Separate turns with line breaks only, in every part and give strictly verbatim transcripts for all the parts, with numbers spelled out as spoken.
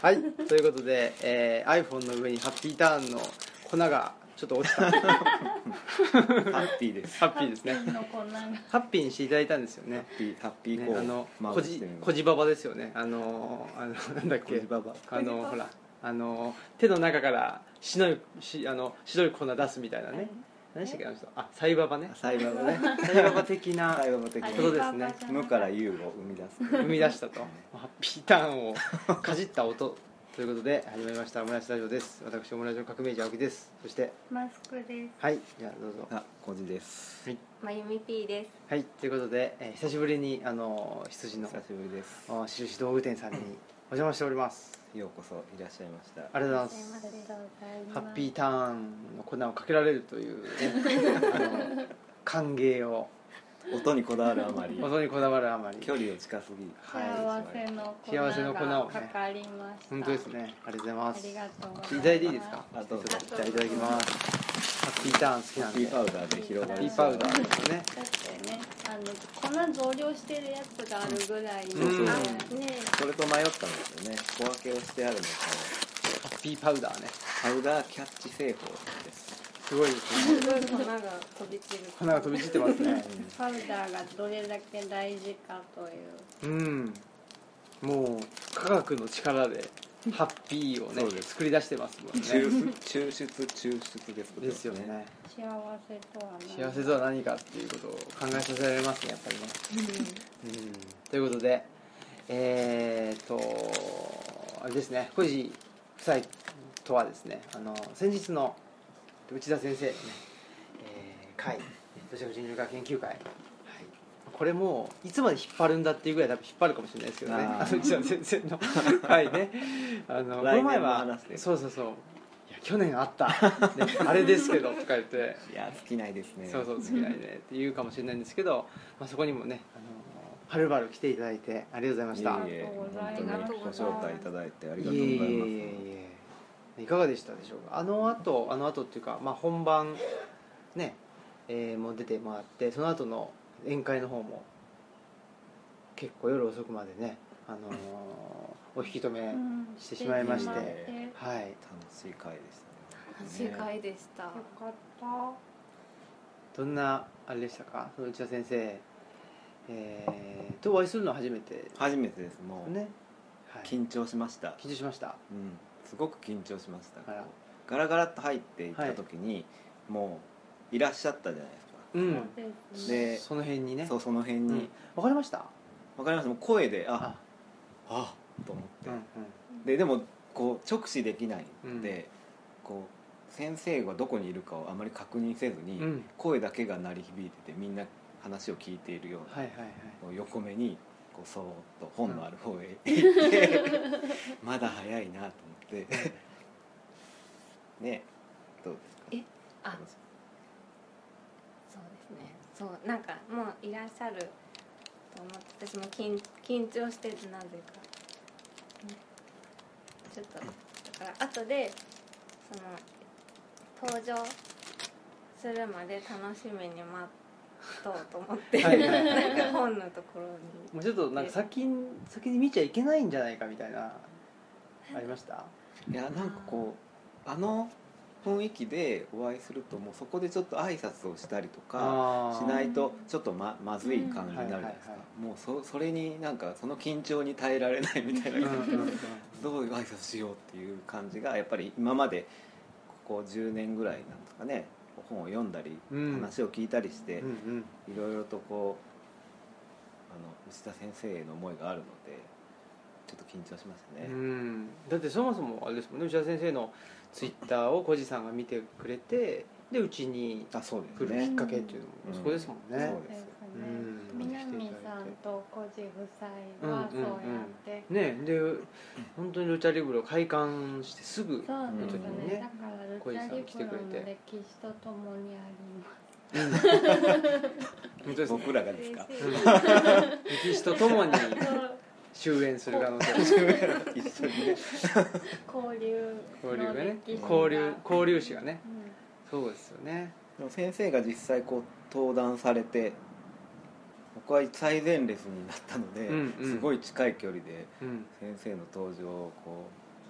はい、ということで、えー、iPhone の上にハッピーターンの粉がちょっと落ちたハ
ッピーです
ハッピーですね。ハッピーにしていただいたんですよね。
ハッピーハッピーコーン、
ね、あのこじこじばばですよね。あのあのなんだっけ、あのほらあの手の中から白いしあの白い粉出すみたいなね。何でしたっけあの人、あ、サイババね。
サイババね。
サイババ的なことですね。
無から有を生み出す。
生み出したと。ハッピーターンをかじった音ということで始まりましたオムライスラジオです。私オムライスの革命児青木です。そして
マスクです。
はい、じゃあどうぞ。
あ、コジです。
はい、まゆみ P です。
はい、ということで、えー、久しぶりにあの羊の
久しぶりです。
印道具店さんにお邪魔しております。
ようこそいらっしゃいました。
ありがとうございます。ハッピーターンの粉をかけられるという、ね、あの歓迎を
音にこだわるあまり
音にこだわるあまり
距離を近すぎ、
はい、幸せの粉
幸せの粉を、ね、
かかりました。
本当ですね。ありがとうございます。
ありがとうございます。
いただいていいですか。
あ、どうぞ。
じゃあいただきます。ハッピーターン好きなんで。
ハッピーパウダーで広がる。
ハッピーパウダーですね。
だってね、あの粉増量してるやつがあるぐらいに、
うん、
ね、
それと迷ったんですよね。小分けをしてあるのか。
ハッピーパウダーね。
パウダーキャッチ製法です。
すごいですね。
すごい粉が飛び散る。
粉が飛び散ってますね。
パウダーがどれだけ大事かという。
うん。もう科学の力でハッピーをね作り出してますもんね。
抽出抽出抽出です。
ですよね。
幸せとは何
幸せとは何かっていうことを考えさせられますね、やっぱりね。うん。うん、ということで、えー、っとあれですね、小路夫妻とはですね、あの先日の内田先生のね、えー、会、土砂人類学研究会、はい、これもいつまで引っ張るんだっていうぐらい多分引っ張るかもしれないですけどね、あの内田先生の会ね、あのこの前はそうそうそう、いや去年あった、ね、あれですけどとか言って、
いや尽きないですね。
そうそう尽きないねって言うかもしれないんですけど、まあ、そこにもね、あのはるばる来ていただいてありがとうございました。
いえいえ、本当にご招待いただいてありがとうございます。いえいえいえ、
いかがでしたでしょうか。あの後あの後っていうか、まあ、本番ね、えー、もう出てもらって、その後の宴会の方も結構夜遅くまでね、あのー、お引き止めしてしまいまして、うん、はい、楽
しい会でしたね。
楽しい会でした。よかった。
どんなあれでしたか、その内田先生、えー、とお会いするのは初めて。
初めてです。もうね、はい、緊張しました。
緊張しました。
うん、すごく緊張しました。ガラガラっと入っていった時に、はい、もういらっしゃったじゃないですか。
うん、でその辺にね、
そうその辺に、うん、
分かりました。
分かりました。もう声であああと思って、うんうん、ででもこう直視できないので、うん、こう先生がどこにいるかをあまり確認せずに、うん、声だけが鳴り響いててみんな話を聞いているような、はいはいはい、こう横目にこうそーっと本のある方へ行って、うん、まだ早いなと思ってね、どうですか。
え、あ、そうですね。そうなんかもういらっしゃると思って、私も緊緊張してて、なぜか、ね、ちょっとだから後でその登場するまで楽しみに待とうと思ってはいはい、はい、なんか本のところに
もうちょっとなんか先に先に見ちゃいけないんじゃないかみたいなありました。
いやなんかこうあの雰囲気でお会いするともうそこでちょっと挨拶をしたりとかしないとちょっと ま, まずい感じになるじゃないですか。もう そ, それになんかその緊張に耐えられないみたいなどういう挨拶しようっていう感じがやっぱり今までここじゅうねんぐらいなんですかね、本を読んだり話を聞いたりしていろいろとこうあの内田先生への思いがあるのでちょっと緊張しましたね。
うん、だってそもそもあれですもんね、内田先生のツイッターを小路さんが見てくれて、でうちに来るきっかけっていうのもそこですもんね。
そうですね。南さんと小路夫妻はそうやって
ね、で本当にルチャリブロ開館してすぐの時にね、
小路さん来てくれて、歴史とともにあります。
僕らがですか。
歴史とともに終焉する可能性
一緒にね
交流
交流がね、交流交流史がね、うん、そうですよね。
でも先生が実際こう登壇されて僕は最前列になったので、うんうん、すごい近い距離で先生の登場をこ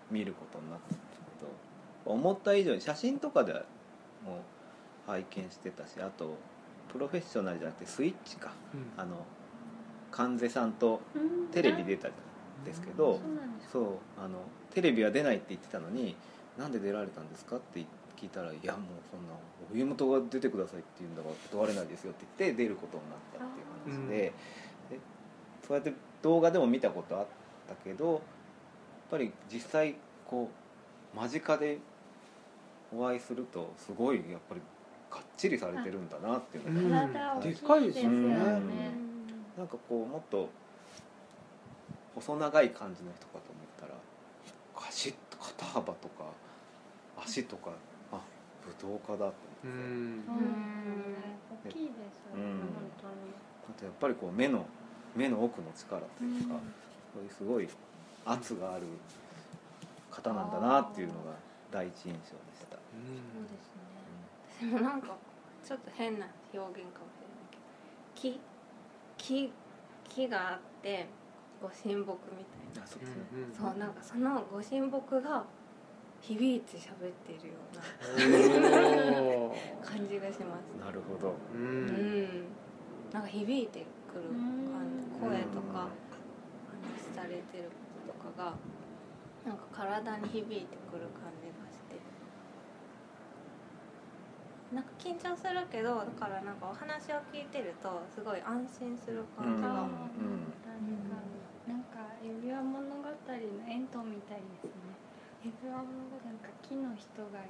見ることになったんですけど、思った以上に写真とかでも拝見してたし、あとプロフェッショナルじゃなくてスイッチか、
うん、
あの関瀬さんとテレビ出たんですけど、そうあのテレビは出ないって言ってたのに、なんで出られたんですかって聞いたら、いやもうそんな家元が出てくださいって言うんだから断れないですよって言って出ることになったっていう話で、でそうやって動画でも見たことあったけど、やっぱり実際こう間近でお会いするとすごいやっぱりがっちりされてるんだなっていうのが、
うん
体大きい
でかいですよね、
うん
うん
なんかこうもっと細長い感じの人かと思ったら、ガシッと肩幅とか足とか、あ、武道家だと思って、
うん
そうですよね、大きいですよね、
うん
本当に。
あとやっぱりこう目の目の奥の力というか、
うん
そういうすごい圧がある方なんだなっていうのが第一印象でした。
そうですね。でもなんかちょっと変な表現かもしれないけど、木木木があってご神木みたいな。
あ、そうですね。
そうなんかそのご神木が響いて喋ってるような
お
感じがします。
なるほど。
ーう
うんん。なんか響いてくる感じ、声とか話されてることとかがなんか体に響いてくる感じがして。なんか緊張するけど、だからなんかお話を聞いてるとすごい安心する感じが、
あー
うん
確かに、なんか指輪物語の円筒みたいですね。指輪物語なんか木の人が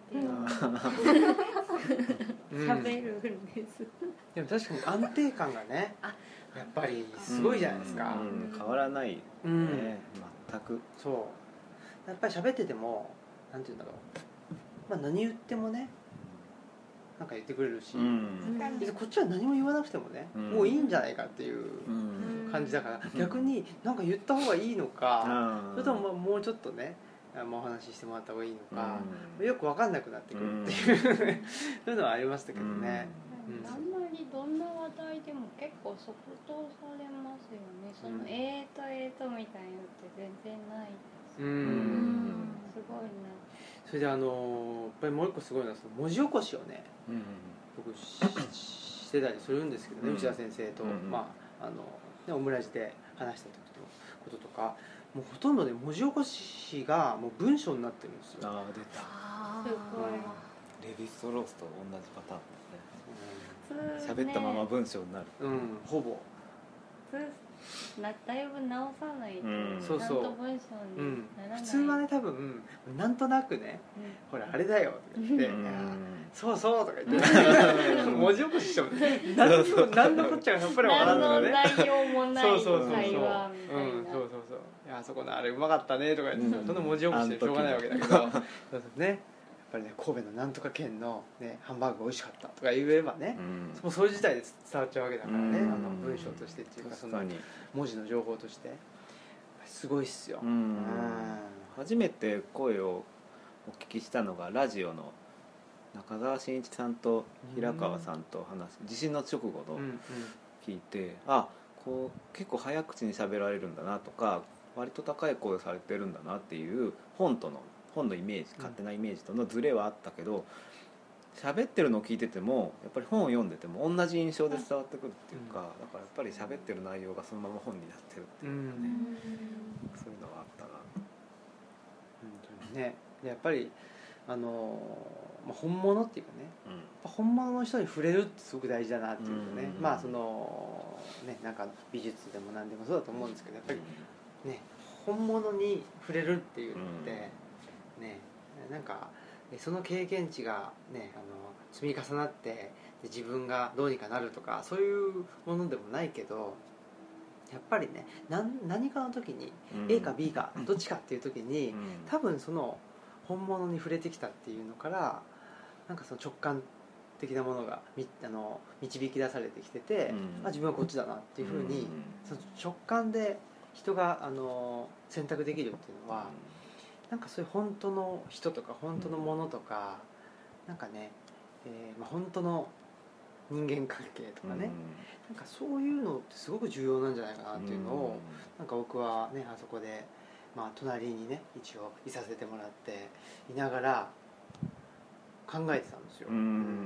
いて
うん
喋るんです。
でも確かに安定感がね
あ
やっぱりすごいじゃないですか、
うんうん変わらないね、
うん
全く。
そうやっぱり喋っててもなんて言うんだろう、まあ、何言ってもねなんか言ってくれるし、
うん
別にこっちは何も言わなくてもね、
うん
もういいんじゃないかっていう
うん
感じだから、
うん
逆になんか言った方がいいのか、
あー
それともまあもうちょっとねあまあお話ししてもらった方がいいのか、
うん
よく分かんなくなってくるっていう、そういうのはありましたけどね、うん
あんまりどんな話題でも結構即答されますよね。その
うん
えーとえーとみたいなのって全然ないです。
うん
うん
すごいな。
それであのやっぱりもう一個すごいのはその文字起こしをね
うん
僕ししてたりするんですけどね、
うん
内田先生と、
うん
まああのねオムラジで話した時のこととかもうほとんどね文字起こしがもう文章になってるんですよ。
ああ出た。
あ
すごい。
レヴィストロースと同じパターンですね。
普通ね
喋ったまま文章になる。
うん、うん、ほぼ、
普通なだいぶ直さないと、
うん
そうそう
ちゃんと文章
うん
にならない。
普通はね多分なんとなくね
うん
ほらあれだよとか言って、
うん
いやそうそうとか言って文字起こししてもね何にも何のこっちゃがさっぱりわからんの
何
がね
の内容もない
そうそうそうそう、
会話みたいな。
うん、そうそうそういやあそこのあれうまかったねとか言ってさ、
うん
そんな文字起こしでしょうがないわけだけどそうそうねやっぱりね神戸のなんとか県の、ね、ハンバーグ美味しかったとか言えばね、
うん
もうそれ自体で伝わっちゃうわけだからね、
うん
あの文章としてっていうかその
確かに。
文字の情報としてすごいっすよ、
う
うん
ん初めて声をお聞きしたのがラジオの中澤真一さんと平川さんと話す地震の直後の
うんうん
聞いて、あこう結構早口に喋られるんだなとか割と高い声をされてるんだなっていう本との本のイメージ勝手なイメージとのズレはあったけど喋ってるのを聞いててもやっぱり本を読んでても同じ印象で伝わってくるっていうか、だからやっぱり喋ってる内容がそのまま本になってるって
う
いう、
ん
そういうのはあったな。
本当にねでやっぱりあのーまあ、本物っていうかねやっぱ本物の人に触れるってすごく大事だなっていうかね、
うん
まあそのねなんか美術でも何でもそうだと思うんですけどやっぱりね本物に触れるっていうのって、ねなんかその経験値がねあの積み重なってで自分がどうにかなるとかそういうものでもないけどやっぱりね何何かの時に
うん
A か B かどっちかっていう時に
うん
多分その本物に触れてきたっていうのからなんかその直感的なものがみあの導き出されてきてて、
うん
あ自分はこっちだなっていうふうに、
うん
その直感で人があの選択できるっていうのは、なんかそういう本当の人とか本当のものとか、なんかね、えーまあ、本当の人間関係とかね、なんかそういうのってすごく重要なんじゃないかなっていうのを、なんか僕はねあそこでまあ、隣にね一応いさせてもらっていながら考えてたんですよ。
うん、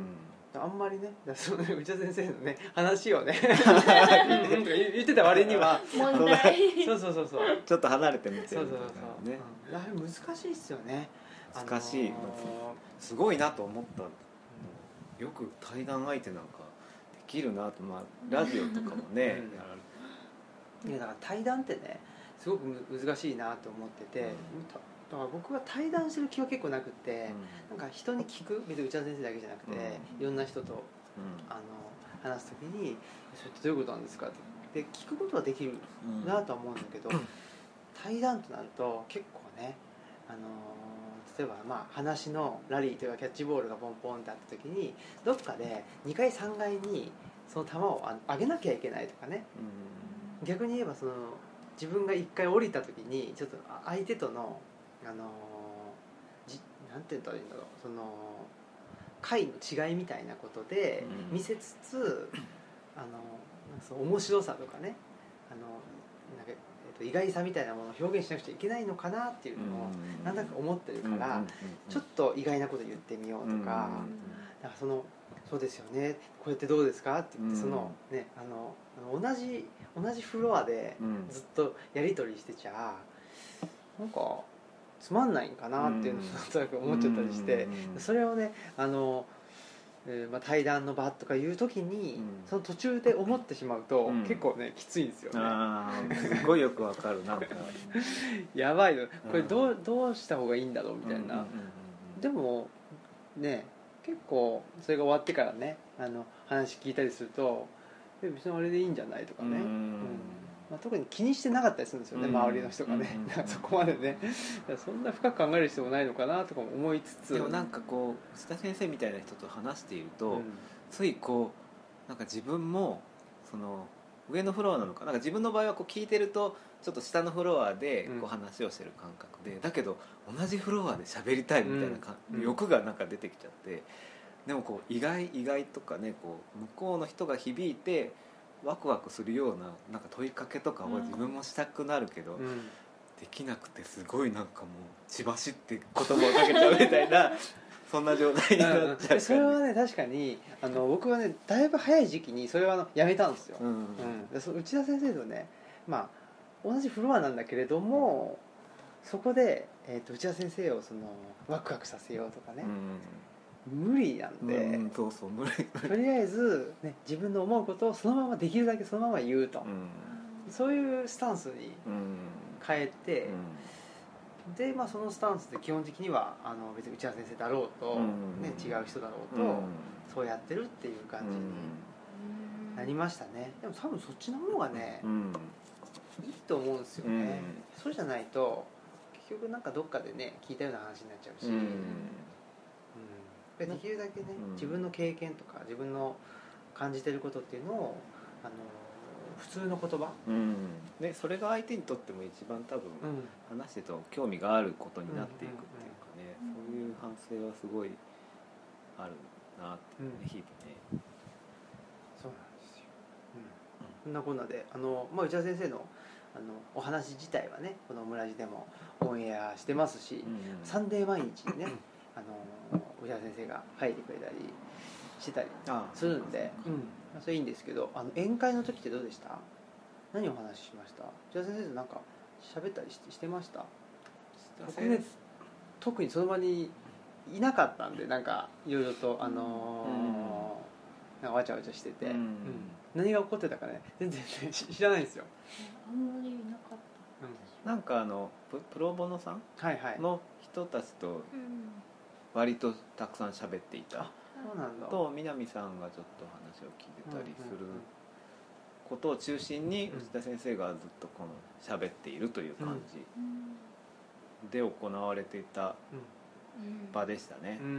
あんまりね、その内田先生のね話をね言ってた割には
問題
そうそうそうそう
ちょっと離れてみてる
そうそうそう、
ね、
うん、あれ難しいっすよね。
難しい、
あのー、
すごいなと思った。よく対談相手なんかできるなと、まあ、ラジオとかもね、
うん、いやだから対談ってねすごく難しいなと思ってて、うん、だから僕は対談してる気は結構なくて、うん、なんか人に聞く、別に内田先生だけじゃなくて、うん、いろんな人と、うん、あの話す時にそれってどういうことなんですかってで聞くことはできるなとは思うんだけど、うん、対談となると結構ね、あの例えばまあ話のラリーというかキャッチボールがポンポンってあった時にどっかでにかいさんがいにその球を上げなきゃいけないとかね、うん、逆に言えばその自分がいっかい降りた時にちょっと相手とのあのじなんて言ったらいいんだろう、その回の違いみたいなことで見せつつ、うん、あのなんかその面白さとかね、あのなんか意外さみたいなものを表現しなくちゃいけないのかなっていうのをなんだか思ってるからちょっと意外なこと言ってみようとか、だからそのそうですよねこれってどうですかって言ってそのねあの同じ同じフロアでずっとやり取りしてちゃなんかつまんないんかなっていうのをなんとなく思っちゃったりしてそれをねあのえーまあ、対談の場とかいう時に、うん、その途中で思ってしまうと、うん、結構ねきついんですよね。
あすごいよくわかるなんか
やばいのこれどう、どうした方がいいんだろうみたいな、うんうんうんうん、でもね結構それが終わってからねあの話聞いたりすると別にあれでいいんじゃないとかね、うんうんまあ、特に気にしてなかったりするんですよね、うん、周りの人がね、うん、そこまでねそんな深く考える必要もないのかなとかも思いつつ、
でもなんかこう須田先生みたいな人と話していると、うん、ついこうなんか自分もその上のフロアなのかなんか自分の場合はこう聞いてるとちょっと下のフロアでこう話をしてる感覚で、うん、だけど同じフロアで喋りたいみたいなか、うん、欲がなんか出てきちゃってでもこう意外意外とかねこう向こうの人が響いてワクワクするような、なんか問いかけとかを自分もしたくなるけど、うん、できなくてすごいなんかもう千葉市って言葉をかけちゃうみたいなそんな状態になっちゃう
それはね確かにあの僕はねだいぶ早い時期にそれはあのやめたんですよ、うんうん、でそ内田先生とね、まあ、同じフロアなんだけれどもそこで、えー、と内田先生をそのワクワクさせようとかね、うん無理なんで、うん、
そうそう無理
とりあえず、ね、自分の思うことをそのままできるだけそのまま言うと、うん、そういうスタンスに変えて、うん、で、まあ、そのスタンスで基本的にはあの別に内田先生だろうと、うんね、違う人だろうと、うん、そうやってるっていう感じになりましたね。でも多分そっちの方がね、うん、いいと思うんですよね、うん、そうじゃないと結局なんかどっかでね聞いたような話になっちゃうし、うんできるだけね、うん、自分の経験とか自分の感じてることっていうのをあの普通の言葉、
うん、でそれが相手にとっても一番多分、うん、話してと興味があることになっていくっていうかね、うんうんうん、そういう反省はすごいあるなっていうね、うん、日々ね
そうなんですよ、うん、そんなこんなであの、まあ、内田先生のあのお話自体はねこのオムラジでもオンエアしてますし、うんうん、サンデー毎日にねあの内田先生が書いてくれたりしてたりするんで、うん、それいいんですけどあの宴会の時ってどうでした？何をお話ししました？内田先生となんか喋ったりして、してました？僕ね特にその場にいなかったんでなんかいろいろとあのーうん、なんかわちゃわちゃしてて、うんうん、何が起こってたかね全然知らないんですよ。
あんまりいなかった、
うん、なんかあのプロボノさんの人たちと割とたくさん喋っていた、
あ、そうなんだ。
と南さんがちょっと話を聞いてたりすることを中心に内田先生がずっとこの喋っているという感じで行われていた場でしたね、うん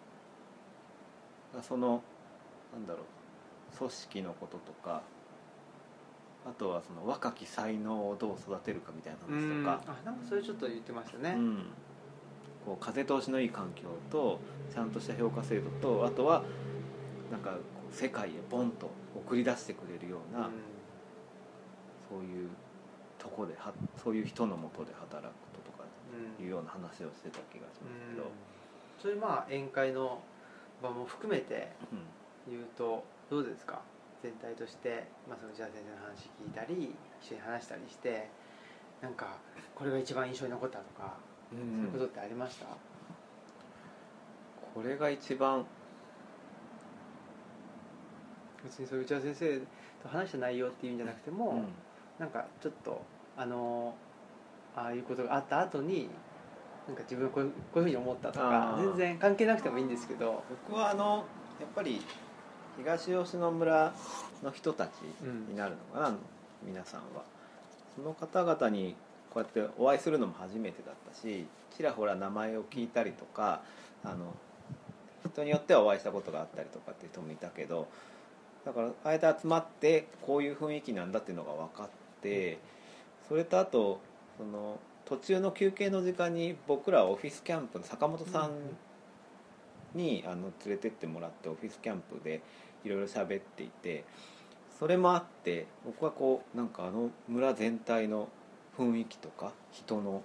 うん、そのなんだろう組織のこととかあとはその若き才能をどう育てるかみたいな話とか、
うん、あ、なんかそれちょっと言ってましたね、うん、
こう風通しのいい環境とちゃんとした評価制度とあとはなんかこう世界へボンと送り出してくれるような、うん、そういうとここではそういう人のもとで働くこととかいうような話をしてた気がしますけど、
うん、それまあ宴会の場も含めて言うとどうですか、全体として、まあ、その内田先生の話聞いたり一緒に話したりしてなんかこれが一番印象に残ったとか、うん、そういうことってありました？
これが一番
別にそういう内田先生と話した内容っていうんじゃなくても、うん、なんかちょっとあのああいうことがあった後になんか自分こういう、こういうふうに思ったとか全然関係なくてもいいんですけど、
僕はあのやっぱり東吉野村の人たちになるのかな、うん、皆さんはその方々にこうやってお会いするのも初めてだったし、ちらほら名前を聞いたりとか、あの人によってはお会いしたことがあったりとかっていう人もいたけど、だからあえて集まってこういう雰囲気なんだっていうのが分かって、それとあとその途中の休憩の時間に僕らはオフィスキャンプの坂本さんにあの連れてってもらってオフィスキャンプでいろいろ喋っていて、それもあって僕はこうなんかあの村全体の雰囲気とか人の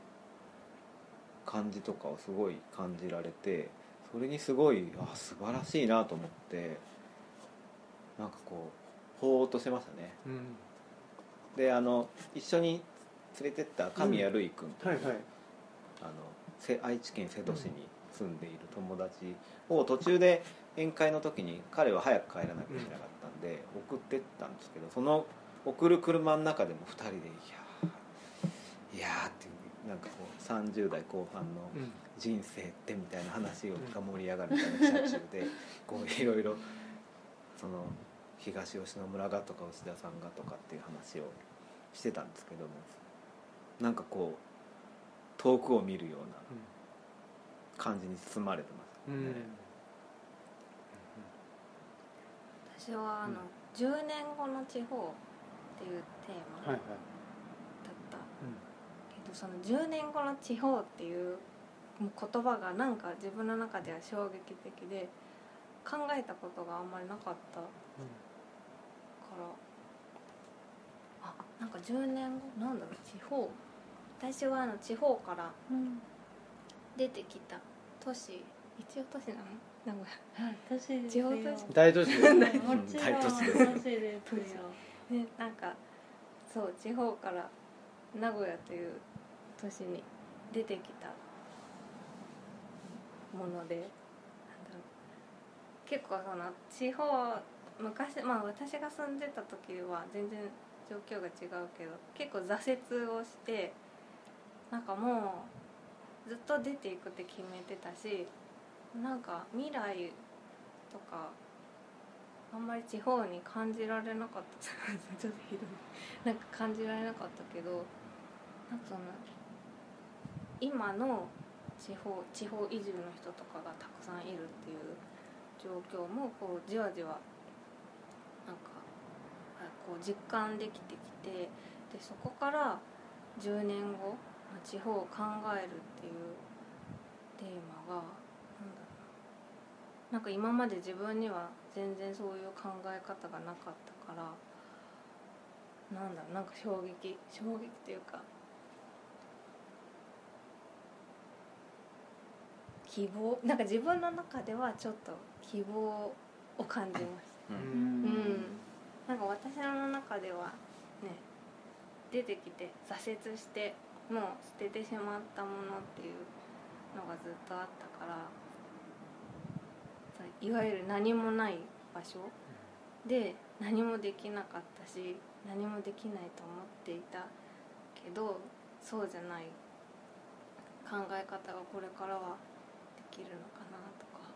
感じとかをすごい感じられて、それにすごいあ素晴らしいなと思って、なんかこうほーっとしてましたね、うん、であの一緒に連れてった神谷瑠衣君という、うんはいはい、あの愛知県瀬戸市に住んでいる友達を途中で宴会の時に彼は早く帰らなきゃいけなかったんで送ってったんですけど、その送る車の中でもふたりでいやーいやーっていうなんかこうさんじゅう代後半の人生ってみたいな話が盛り上がるみたいな車中でこういろいろその東吉野村がとか内田さんがとかっていう話をしてたんですけども、なんかこう遠くを見るような感じに包まれてますね、うんうん、
私はあの、うん、じゅうねんごの地方っていうテーマだった、はいはいうん、けどそのじゅうねんごの地方っていう言葉がなんか自分の中では衝撃的で考えたことがあんまりなかった、うん、からあなんかじゅうねんごなんだろう地方、私はあの地方から出てきた都市、一応都市なの名古屋、
はい、都市ですよ、
大都市です
もちろん大都市ですよ
ね、なんかそう地方から名古屋という都市に出てきたもので、なんだろう、結構その地方昔、まあ私が住んでた時は全然状況が違うけど結構挫折をして、なんかもうずっと出ていくって決めてたし、なんか未来とかあんまり地方に感じられなかったちょっとひどいなんか感じられなかったけど、なんかその今の地方地方移住の人とかがたくさんいるっていう状況もこうじわじわなんかこう実感できてきて、でそこからじゅうねんご地方を考えるっていうテーマがなんだろうな、なんか今まで自分には全然そういう考え方がなかったから、なんだろう、なんか衝撃衝撃というか希望、なんか自分の中ではちょっと希望を感じました、うん、うん、なんか私の中ではね出てきて挫折してもう捨ててしまったものっていうのがずっとあったから、いわゆる何もない場所で何もできなかったし何もできないと思っていたけど、そうじゃない考え方がこれからはできるのかなとか、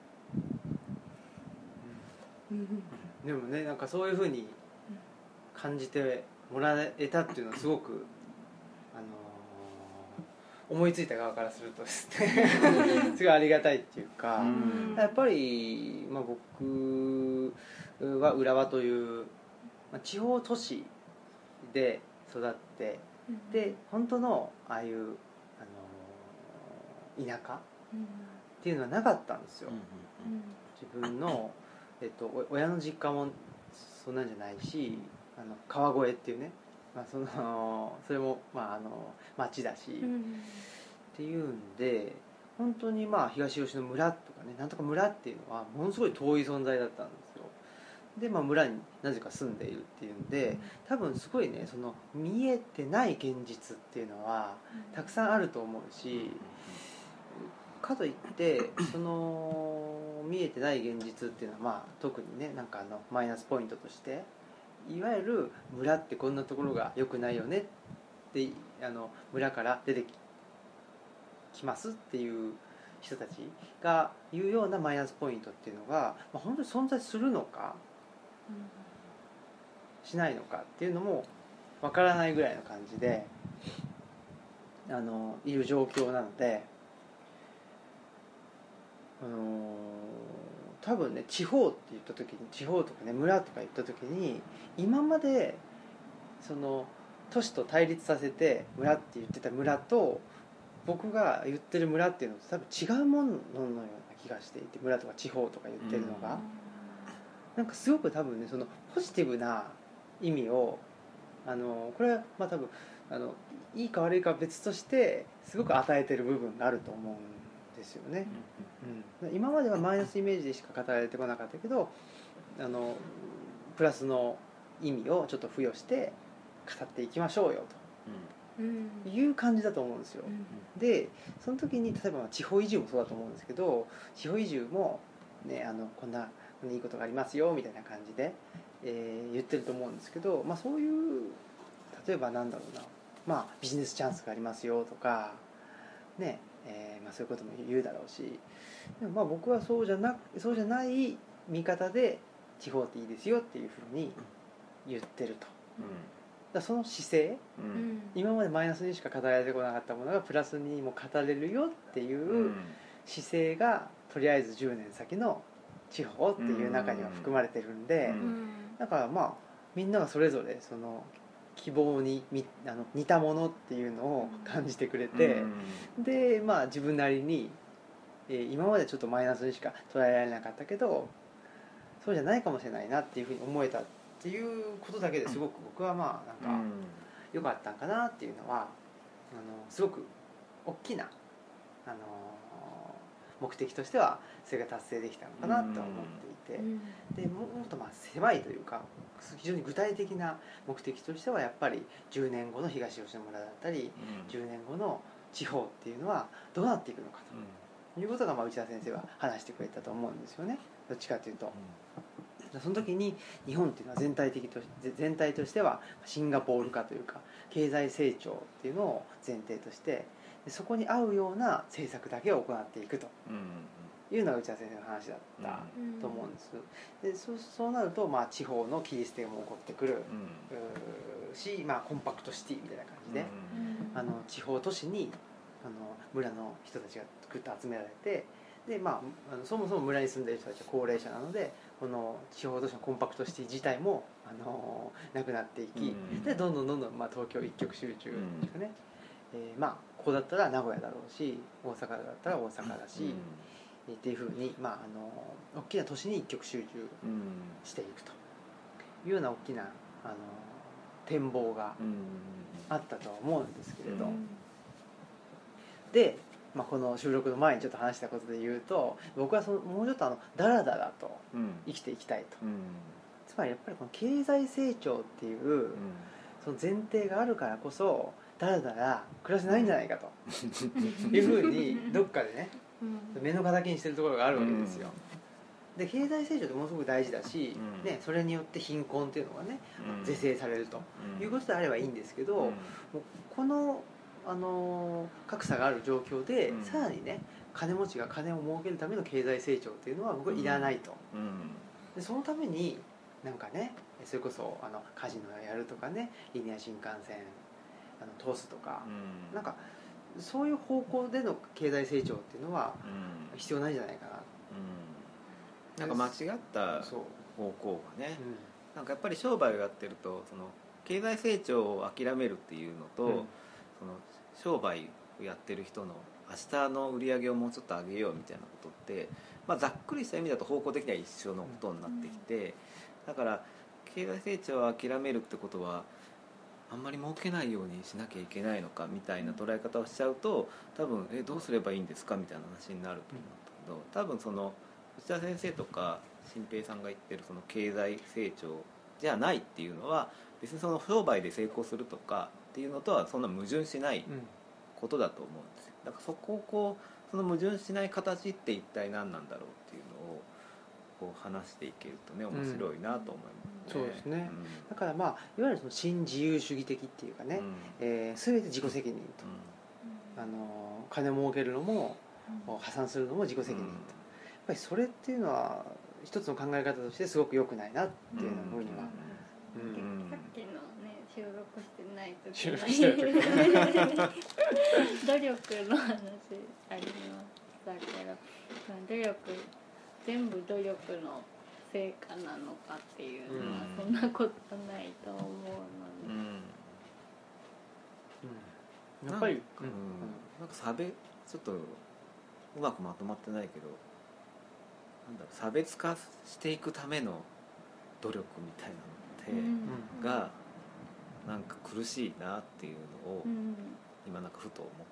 うん、でもねなんかそういう風に感じてもらえたっていうのはすごく、あのー、思いついた側からするとですねすごいありがたいっていうか、うん、やっぱり、まあ、僕は浦和という、まあ、地方都市で育って、うん、で本当のああいう、あのー、田舎っていうのはなかったんですよ、うんうん、自分の、えっと、親の実家もそんなんじゃないし、あの川越っていうねまあ、そのそれも、まあ、あの町だし、
うん、
っていうんで本当にまあ東吉野村とかねなんとか村っていうのはものすごい遠い存在だったんですよ。で、まあ、村になぜか住んでいるっていうんで多分すごいねその見えてない現実っていうのはたくさんあると思うし、かといってその見えてない現実っていうのは、まあ、特にねなんかあのマイナスポイントとしていわゆる村ってこんなところが良くないよねってあの村から出てきますっていう人たちが言うようなマイナスポイントっていうのが、まあ、本当に存在するのかしないのかっていうのもわからないぐらいの感じであのいる状況なので、あの多分ね地方って言った時に地方とかね村とか言った時に今までその都市と対立させて村って言ってた村と僕が言ってる村っていうのと多分違うもののような気がしていて、村とか地方とか言ってるのが、なんかすごく多分ねそのポジティブな意味をあのこれはまあ多分あのいいか悪いかは別としてすごく与えてる部分があると思うんですよね、うん、今まではマイナスイメージでしか語られてこなかったけどあのプラスの意味をちょっと付与して語っていきましょうよという感じだと思うんですよ、うん、でその時に例えば地方移住もそうだと思うんですけど地方移住も、ね、あのこんないいことがありますよみたいな感じで、えー、言ってると思うんですけど、まあ、そういう例えばなんだろうな、まあ、ビジネスチャンスがありますよとか、ねえーまあ、そういうことも言うだろうしでもまあ僕はそうじゃなそうじゃない見方で地方っていいですよっていうふうに言ってると、うん、だその姿勢、うん、今までマイナスにしか語られてこなかったものがプラスにも語れるよっていう姿勢がとりあえずじゅうねん先の地方っていう中には含まれてるんで、うん、だからまあみんながそれぞれその希望にあの似たものっていうのを感じてくれて、うん、でまあ自分なりに、えー、今までちょっとマイナスにしか捉えられなかったけどそうじゃないかもしれないなっていうふうに思えたっていうことだけですごく僕はまあなんか良かったんかなっていうのはあのすごく大きなあの目的としてはそれが達成できたのかなと思っていて、でもっとまあ狭いというか非常に具体的な目的としてはやっぱりじゅうねんごの東吉野村だったりじゅうねんごの地方っていうのはどうなっていくのかということがまあ内田先生は話してくれたと思うんですよね、どっちかというと。その時に日本っていうのは全体的と全体としてはシンガポール化というか経済成長っていうのを前提としてそこに合うような政策だけを行っていくというのが内田先生の話だったと思うんです。で そ, そうなるとまあ地方の切り捨ても起こってくる、うん、し、まあ、コンパクトシティみたいな感じで、うん、あの地方都市にあの村の人たちがぐっと集められてで、まあ、あのそもそも村に住んでいる人たちは高齢者なのでこの地方都市のコンパクトシティ自体もあのなくなっていき、うん、でどんどんどんどん、まあ、東京一極集中ですかね、うんえー、まあここだったら名古屋だろうし大阪だったら大阪だし、うん、っていうふうに、まあ、あの大きな都市に一極集中していくというような大きなあの展望があったとは思うんですけれど、うん、でまあ、この収録の前にちょっと話したことで言うと僕はそのもうちょっとあのダラダラと生きていきたいと、うん、つまりやっぱりこの経済成長っていう、うん、その前提があるからこそダラダラ暮らせないんじゃないかと、うん、いうふうにどっかでね、うん、目の敵にしてるところがあるわけですよ、うん、で経済成長ってものすごく大事だし、うんね、それによって貧困っていうのがね、うん、是正されるということであればいいんですけど、うん、もうこのあの格差がある状況で、うん、さらにね金持ちが金を儲けるための経済成長っていうのは僕はいらないと、うん、でそのためになんかねそれこそあのカジノをやるとかねリニア新幹線あの通すとか、うん、なんかそういう方向での経済成長っていうのは必要ないんじゃないかな、
うん、なんか間違った方向がね、うん、なんかやっぱり商売をやってるとその経済成長を諦めるっていうのと、うん、その商売をやってる人の明日の売り上げをもうちょっと上げようみたいなことって、まあ、ざっくりした意味だと方向的には一緒のことになってきて、だから経済成長を諦めるってことはあんまり儲けないようにしなきゃいけないのかみたいな捉え方をしちゃうと多分えどうすればいいんですかみたいな話になると思うんだけど、多分その内田先生とか新平さんが言ってるその経済成長じゃないっていうのは別にその商売で成功するとかっていうのとはそんな矛盾しないことだと思うんですよ。だからそこをこうその矛盾しない形って一体何なんだろうっていうのをこう話していけるとね面白いなと思いますね、
そうですね、
うん、
だからまあいわゆるその新自由主義的っていうかね、
うん
えー、全て自己責任と、あの金を儲けるのも破産するのも自己責任と、
うん、
やっぱりそれっていうのは一つの考え方としてすごく良くないなっていうふうには、
うんうん
さっきのね収録してない時
収録してる時
努力の話ありましたけど、努力全部努力の成果なのかっていうのはそんなことないと思うので、
うん
うん、やっぱり、
なんか、うん、なんか差別ちょっとうまくまとまってないけどなんだろう差別化していくための努力みたいなのって、がなんか苦しいなっていうのを今なんかふと思って、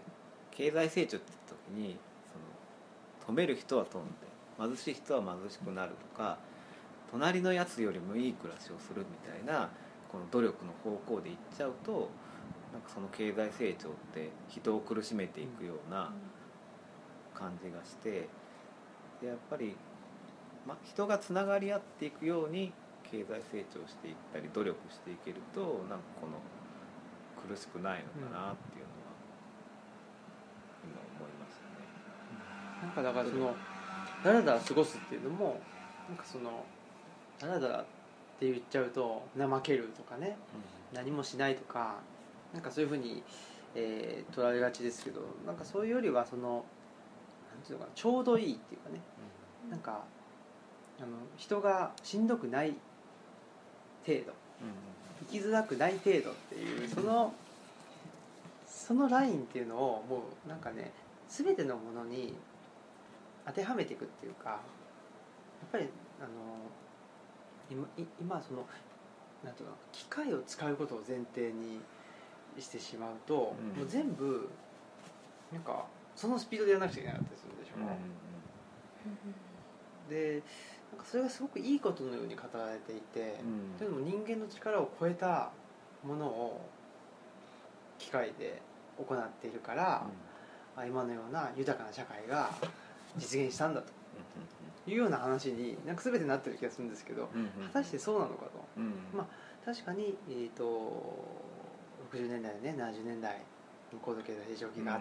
経済成長って時にその止める人は飛んで貧しい人は貧しくなるとか隣のやつよりもいい暮らしをするみたいなこの努力の方向でいっちゃうとなんかその経済成長って人を苦しめていくような感じがして、でやっぱり、ま、人がつながり合っていくように経済成長していったり努力していけるとなんかこの苦しくないのかなっていうのは今思いましたね。
なんかだからそのだらだら過ごすっていうのもなんかそのだらだらって言っちゃうと怠けるとかね、うん、何もしないとかなんかそういうふうに、えー、捉えがちですけど、なんかそういうよりはそのなんていうのかな、ちょうどいいっていうかね、うん、なんかあの人がしんどくない程度、うん、生きづらくない程度っていうそのそのラインっていうのをもうなんかね全てのものに当てはめていくっていうか、やっぱりあの今今そのなんていうの機械を使うことを前提にしてしまうと、うん、もう全部なんかそのスピードでやらなくちゃいけなかったりするでしょ、うん、でなんかそれがすごくいいことのように語られていて、うん、というのも人間の力を超えたものを機械で行っているから、うん、今のような豊かな社会が実現したんだというような話になんか全てなってる気がするんですけど、うんうん、果たしてそうなのかと、うんうん、まあ確かに、えー、とろくじゅうねんだいねななじゅうねんだい高度経済成長期があって、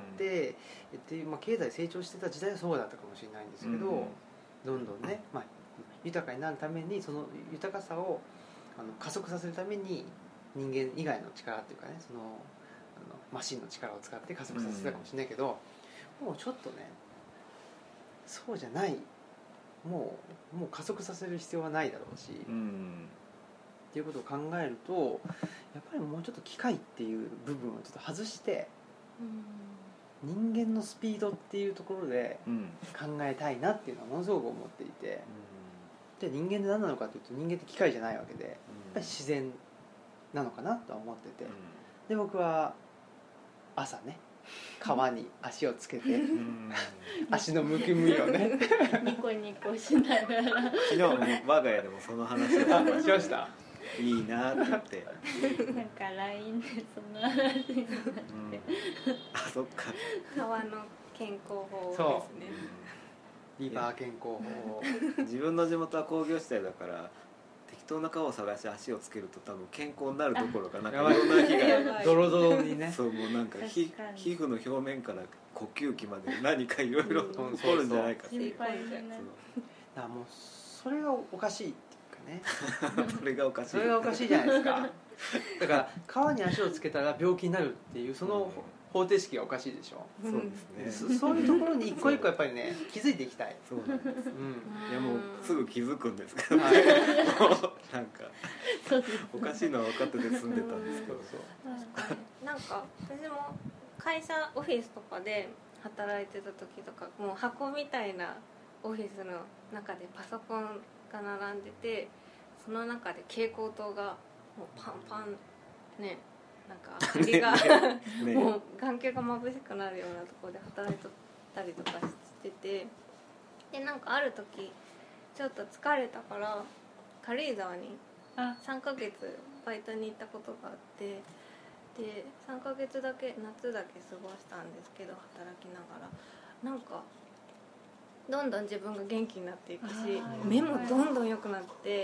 うんっていうまあ、経済成長してた時代はそうだったかもしれないんですけど、うん、どんどんね、まあ、豊かになるためにその豊かさをあの加速させるために人間以外の力っていうかねそのあのマシンの力を使って加速させてたかもしれないけど、うん、もうちょっとねそうじゃないもう、もう加速させる必要はないだろうし、うん、っていうことを考えるとやっぱりもうちょっと機械っていう部分をちょっと外して、うん、人間のスピードっていうところで考えたいなっていうのはものすごく思っていて、うん、じゃあ人間って何なのかというと人間って機械じゃないわけで、やっぱり自然なのかなとは思ってて、で僕は朝ね川に足をつけて、うん、足のむくみをね
ニコニコしながら
昨日も我が家でもその話をしましたいいなって言って
なんか ライン でその話になって、うん、
あそっか
川の健康法ですね。
リバー健康法
自分の地元は工業地帯だから適当な川を探して足をつけると多分健康になるどころかなんかいろんな被害
ドロドロにね
そうもうなんか皮膚の表面から呼吸器まで何かいろいろ取るんじゃないかっていう、
心配になる。
だからもうそれがおかしいっていうかね
それがおかしい
それがおかしいじゃないですかだから川に足をつけたら病気になるっていうその方程式がおかしいでしょ。
そうですね。
そ, そういうところに一個一個やっぱりね気づいていきたい。
そうなんです、うん、いやもうすぐ気づくんですけど、ね、はい、なんかおかしいのは分かってて住んでたんですけど
そうなんか私も会社オフィスとかで働いてた時とかもう箱みたいなオフィスの中でパソコンが並んでてその中で蛍光灯がもうパンパンねなんか明かりが
ね
もう眼球が眩しくなるようなところで働いとったりとかしてて、でなんかある時ちょっと疲れたから軽井沢に
あ
さんかげつバイトに行ったことがあって、でさんかげつだけ夏だけ過ごしたんですけど、働きながらなんかどんどん自分が元気になっていくし、目もどんどん良くなって、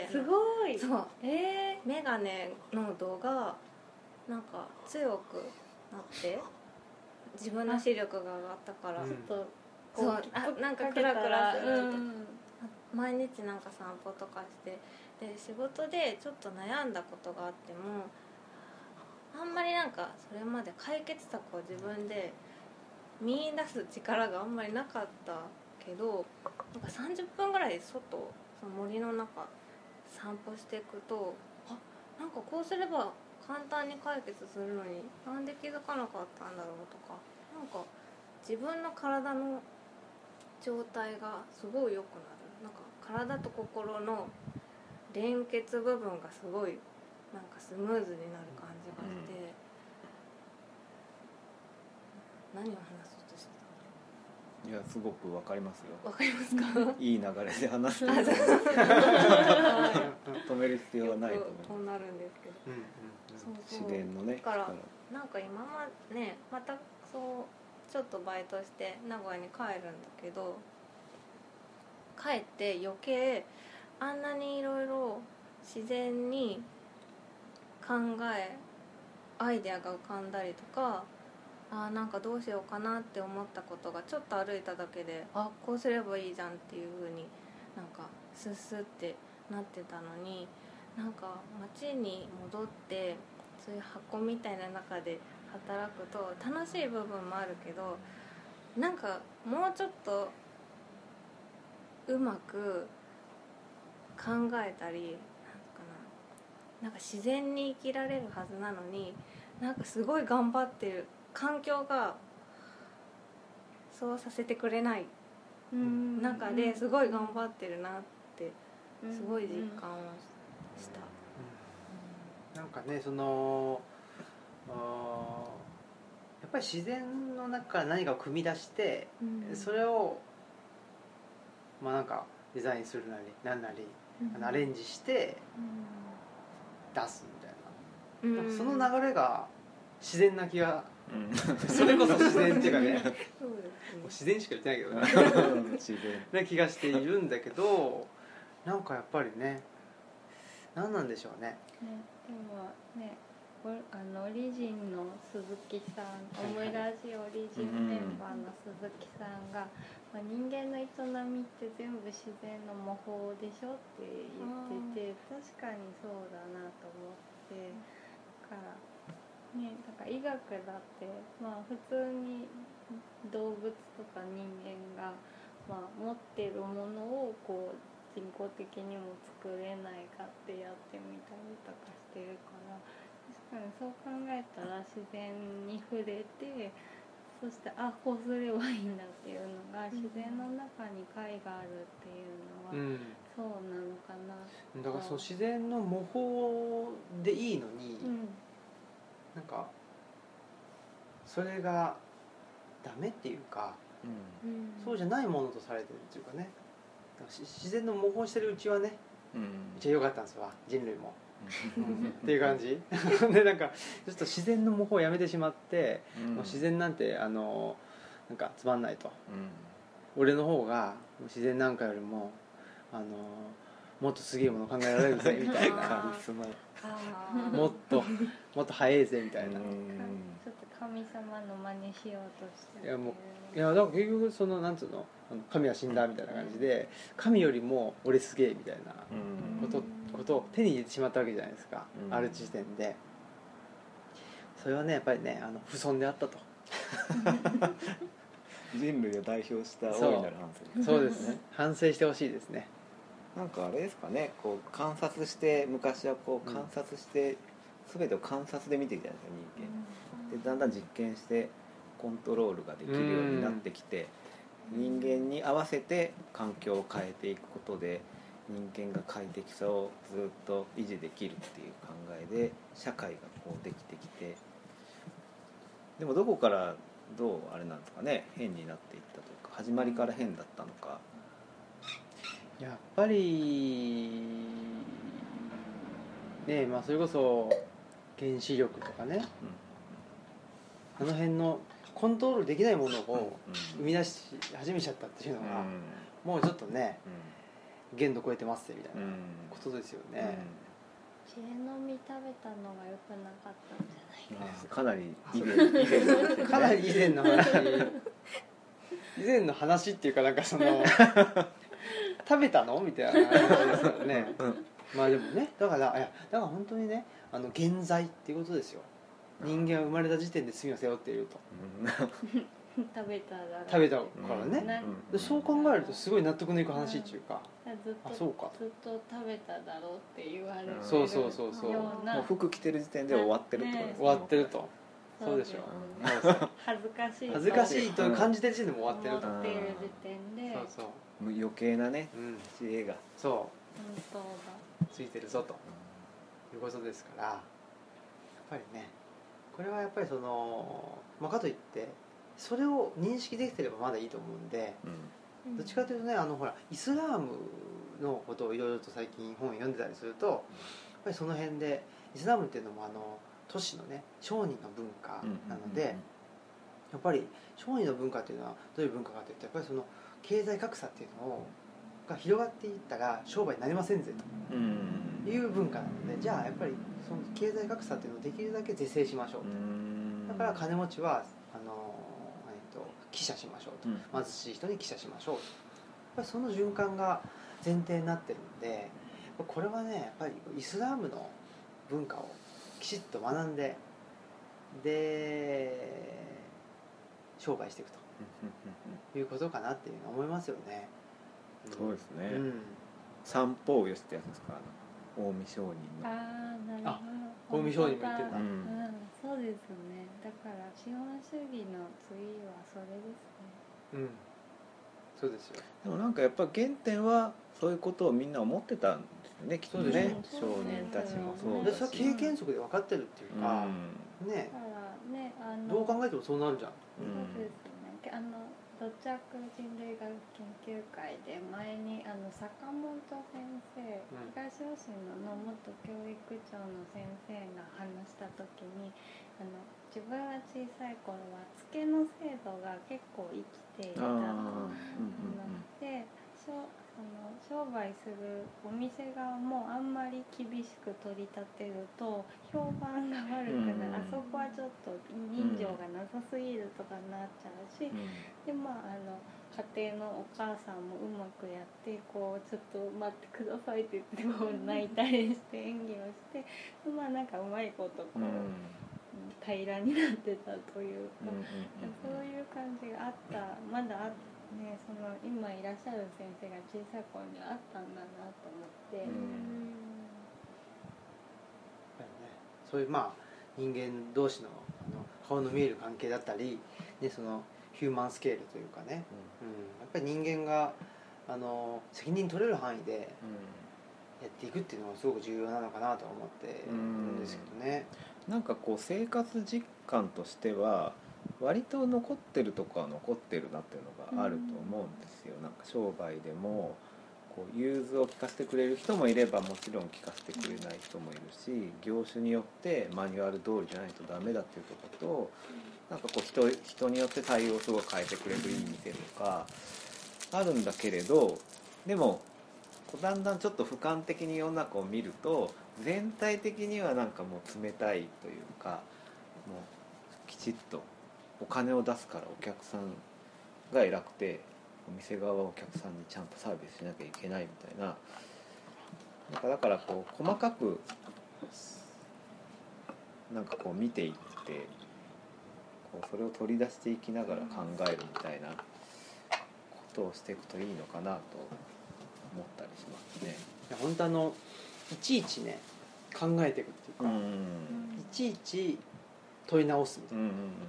すごい。
そう
え
メガネの度がなんか強くなって自分の視力が上がったから、
うん
ー、ちょっと
そう
こ
あなんか
け
クラクラするみたいな、
うん
毎日なんか散歩とかしてで仕事でちょっと悩んだことがあってもあんまりなんかそれまで解決策を自分で見出す力があんまりなかったけど、なんかさんじゅっぷんぐらい外その森の中散歩していくと、あなんかこうすれば簡単に解決するのになんで気づかなかったんだろうとか、なんか自分の体の状態がすごい良くなる、なんか体と心の連結部分がすごいなんかスムーズになる感じがして、うん、何を話そうとしてた
いやすごくわかりますよ。
わかりますか？
いい流れで話してると思う止める必要はないと思います。
よくこうなるんですけど、
うんうん
そうそう
自然のね
だからなんか今までねまたそうちょっとバイトして名古屋に帰るんだけど、帰って余計あんなにいろいろ自然に考えアイデアが浮かんだりとか、あなんかどうしようかなって思ったことがちょっと歩いただけで、あこうすればいいじゃんっていう風になんかスッスッってなってたのに、なんか街に戻ってそういう箱みたいな中で働くと楽しい部分もあるけど、なんかもうちょっとうまく考えたりなんかな、なんか自然に生きられるはずなのに、なんかすごい頑張ってる環境がそうさせてくれない
うん
中ですごい頑張ってるなってすごい実感をした、
なんかねそのあやっぱり自然の中から何かを組み出して、
うん、
それをまあなんかデザインするなりなんなり、うん、アレンジして出すみたいな、うん、なんかその流れが自然な気が、うん、それこそ自然っていうかねそうですね、自然しか言ってないけどね自然な気がしているんだけど、なんかやっぱりね何なんでしょうね。
ねでもねあのオリジンの鈴木さん、オムラジオリジンメンバーの鈴木さんが、まあ、人間の営みって全部自然の模倣でしょって言ってて、確かにそうだなと思って、だからね、だから医学だって、まあ、普通に動物とか人間が、まあ、持ってるものをこう人工的にも作れないかってやってみたりとかしてるから、確かにそう考えたら自然に触れて、そしてあこうすればいいんだっていうのが自然の中に解があるっていうのは、うん、そうなのかな。
だからそう自然の模倣でいいのに、うん、なんかそれがダメっていうか、うん、そうじゃないものとされてるっていうかね、自然の模倣してるうちはね、うん、めっちゃ良かったんですわ人類もっていう感じで、なんかちょっと自然の模倣をやめてしまって、うん、もう自然なんてあのなんかつまんないと、うん、俺の方が自然なんかよりもあのもっとすげえもの考えられるぜみたいなもっともっと早いぜみたいな、うん、ちょ
っと神様の真似しようとしてる。
いやもういやだから結局そのなんつうの神は死んだみたいな感じで、神よりも俺すげえみたいなこと、ことを手に入れてしまったわけじゃないですか、うん、ある時点で。それはねやっぱりねあの不損であったと
人類を代表した大いなる反省。
そうですね反省してほしいですね。
なんかあれですかね、こう観察して昔はこう観察して全てを観察で見てきたんですよ人間で、だんだん実験してコントロールができるようになってきて、人間に合わせて環境を変えていくことで人間が快適さをずっと維持できるっていう考えで社会がこうできてきて、 でもどこからどうあれなんですかね、変になっていったというか、始まりから変だったのか。
やっぱりね、まあそれこそ原子力とかね、あの辺のコントロールできないものを生み出し始めちゃったっていうのが、もうちょっとね、限度超えてますみたいなことですよね。
知恵の実食べたのが良くなかったんじゃないか。
かなり以前以前の話ですね。
かなり以前の話以前の話っていうか、なんかその食べたのみたいな話ですよね。まあでもね、だからいやだから本当にね、あの現在っていうことですよ。人間は生まれた時点で罪を背負っていると。
食べただろう
食べたからね、
うん、
そう考えるとすごい納得のいく話っていうか、
ずっと
あそうか
ずっと食べただろうって言われてる
そうそうそうそう
ような、
もう服着てる時点で終わってるってことですね。
終わってると。そうでしょ。
そうですね恥ずかしい
恥ずかしいと感じてる時点でもう終わってると。
思っている時点で、
そうそう。
余計なね、
うん、
知恵が
そう
本当だ
ついてるぞということですから、やっぱりね、これはやっぱりその、まあ、かといってそれを認識できてればまだいいと思うんで、うん、どっちかというとね、あのほらイスラームのことをいろいろと最近本を読んでたりすると、やっぱりその辺でイスラームっていうのもあの都市のね商人の文化なので、やっぱり商人の文化っていうのはどういう文化かというと、やっぱりその経済格差っていうのをが広がっていったら商売になりませんぜという文化なので、じゃあやっぱりその経済格差っていうのをできるだけ是正しましょうと。だから金持ちはあの、えっと、寄捨しましょうと、うん、貧しい人に寄捨しましょうと。やっぱりその循環が前提になってるんで、これはねやっぱりイスラームの文化をきちっと学んで、で商売していくということかなっていうのは思いますよね。
そうですね、うん、三方よしってやつですか、あの近江商人の。
ああ、なるほど。
近江商人も言ってた、
うんうん、そうですね。だから資本主義の次はそれですね。うん、
そうですよ。
でもなんかやっぱ原点はそういうことをみんな思ってたんですよね、きっとね。商人たちもそうだし、
それは経験則で分かってるっていうか、うん、ね、
だからね、あの
どう考えてもそうなるじゃん。
そうですね。あの土着人類学研究会で前にあの坂本先生、うん、東尾市の元教育長の先生が話した時に、あの自分が小さい頃はツケの制度が結構生きていたと思ってその商売するお店側もあんまり厳しく取り立てると評判が悪くなる、あそこはちょっと人情がなさすぎるとかになっちゃうし、でまああの家庭のお母さんもうまくやってこうちょっと待ってくださいって言ってこう泣いたりして演技をしてまあなんかうまいことこう、うん、平らになってたというか、うんうんうん、そういう感じがあったまだあね、その今いらっしゃる先生が小さい頃にあったんだなと思って、うん、
そういうまあ人間同士の、あの顔の見える関係だったり、ね、そのヒューマンスケールというかね、うんうん、やっぱり人間があの責任取れる範囲でやっていくっていうのがすごく重要なのかなと思ってるんですけどね。
うん、なんかこう生活実感としては割と残ってるとこは残ってるなっていうのがあると思うんですよ。なんか商売でもこう融通を聞かせてくれる人もいればもちろん聞かせてくれない人もいるし、業種によってマニュアル通りじゃないとダメだっていうところと、なんかこう 人, 人によって対応をすごい変えてくれるいい店とかあるんだけれど、でもだんだんちょっと俯瞰的に世の中を見ると全体的にはなんかもう冷たいというか、もうきちっとお金を出すからお客さんが偉くてお店側はお客さんにちゃんとサービスしなきゃいけないみたいな、なんかだからこう細かくなんかこう見ていってこうそれを取り出していきながら考えるみたいなことをしていくといいのかなと思ったりしますね。
いや本当あのいちいちね考えていくっていうか、うんうん、いちいち問い直すみたいな、うんうんうんうん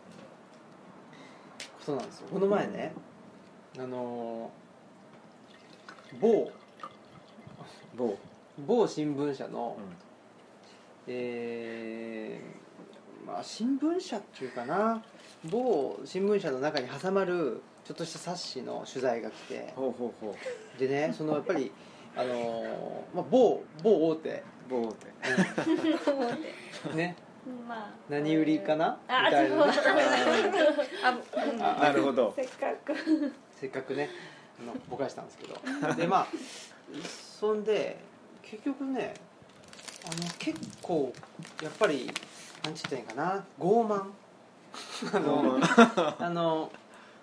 そうなんですよ。この前ね、あの某某某新聞社の、うん、えまあ、新聞社っていうかな、某新聞社の中に挟まるちょっとした冊子の取材が来て、
ほうほうほう。
でね、そのやっぱりあの、まあ、某某大手
某大手
ね、
まあ
何売りかなみ
あ
たいなね、
あ、
なるほど。
せっかく
せっかくねあのぼかしたんですけど、でまあそんで結局ね、あの結構やっぱりなんて言ったらいいかな、傲慢あのあの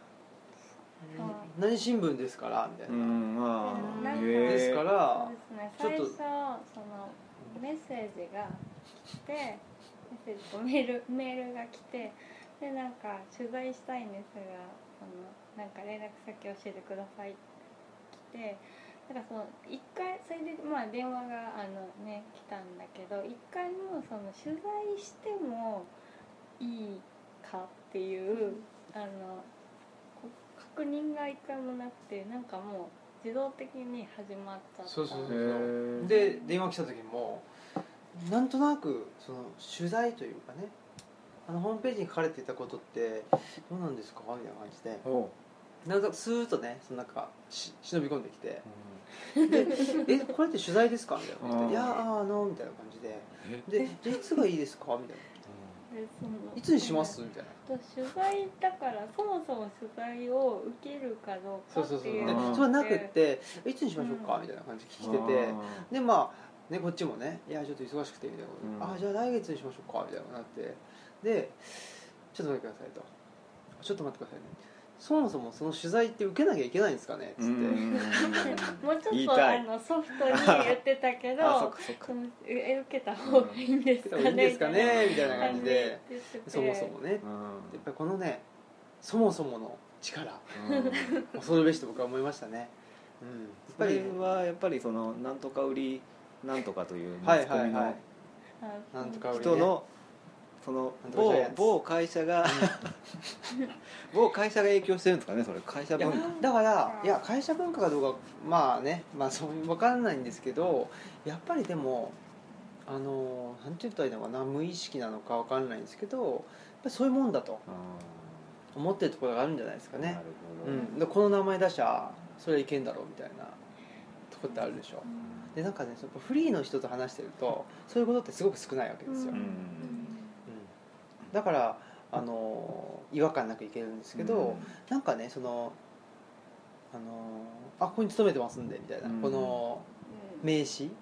何新聞ですからみたいな、
うんまあ
なんか
へえ
ですから
そうですね、
ちょっと
最初そのメッセージが来て、メッセージとメールメールが来て、でなんか取材したいんですが、あのなんか連絡先教えてくださいって来て、なんかその一回それでまあ電話があのね来たんだけど、一回もその取材してもいいかっていうあの確認が一回もなくて、なんかもう自動的に始まっちゃった。
そうそうそう
へー
そうで電話来た時もなんとなくその取材というかね、あのホームページに書かれていたことってどうなんですかみたいな感じで、
ほ
なんかスーッとね、その中し忍び込んできて、
う
でえこれって取材ですかみたいな感じで、
うん
いやああのみたいな感じで、
え
でじゃあいつがいいですかみたいな、
でその
いつにしますみたいな。
取材だからそもそも取材を受けるかどうか
そうそうそう、で
っていう
うん
それはなくっていつにしましょうか、
うん
みたいな感じで聞いてて、でまあねこっちもね、いやちょっと忙しくてみたいなことで、
うん
あじゃあ来月にしましょうかみたいななって、でちょっと待ってくださいと、ちょっと待ってくださいね、そもそもその取材って受けなきゃいけないんですかねっつって、
うん
もうちょっと
言いたい
あのソフトに言ってたけど
あそっかそっか
そのえ受けた方がいいんですかね
いいんですかねみたいな感じで、
感じ言ってて
そもそもね、やっ
うん
ぱりこのねそもそもの力
うん
恐るべしと僕は思いましたね、うん、やっぱり
それはやっぱりそのなんとか売りなんとかという
はい
マスコミの
はいはい、
あ
なんとか売りね
人のその
なんとかジャイアンツ
某某会社が某会社が影響してるんですかね、それ会社
いや
文化。
だからいや会社文化かどうかまあね、まあそう分からないんですけど、やっぱりでもあのなんて言ったらいいのかな、無意識なのか分からないんですけど、やっぱりそういうもんだと思ってるところがあるんじゃないですかね
なる。ほど、
うん、でこの名前出しゃそれはいけんだろうみたいなとこってあるでしょ。でなんかね、そのフリーの人と話してるとそういうことってすごく少ないわけですよ、
う
うん
うんん
だからあの違和感なくいけるんですけど、なんかねそのあのあここに勤めてますんでみたいな、
うん
この名刺
うん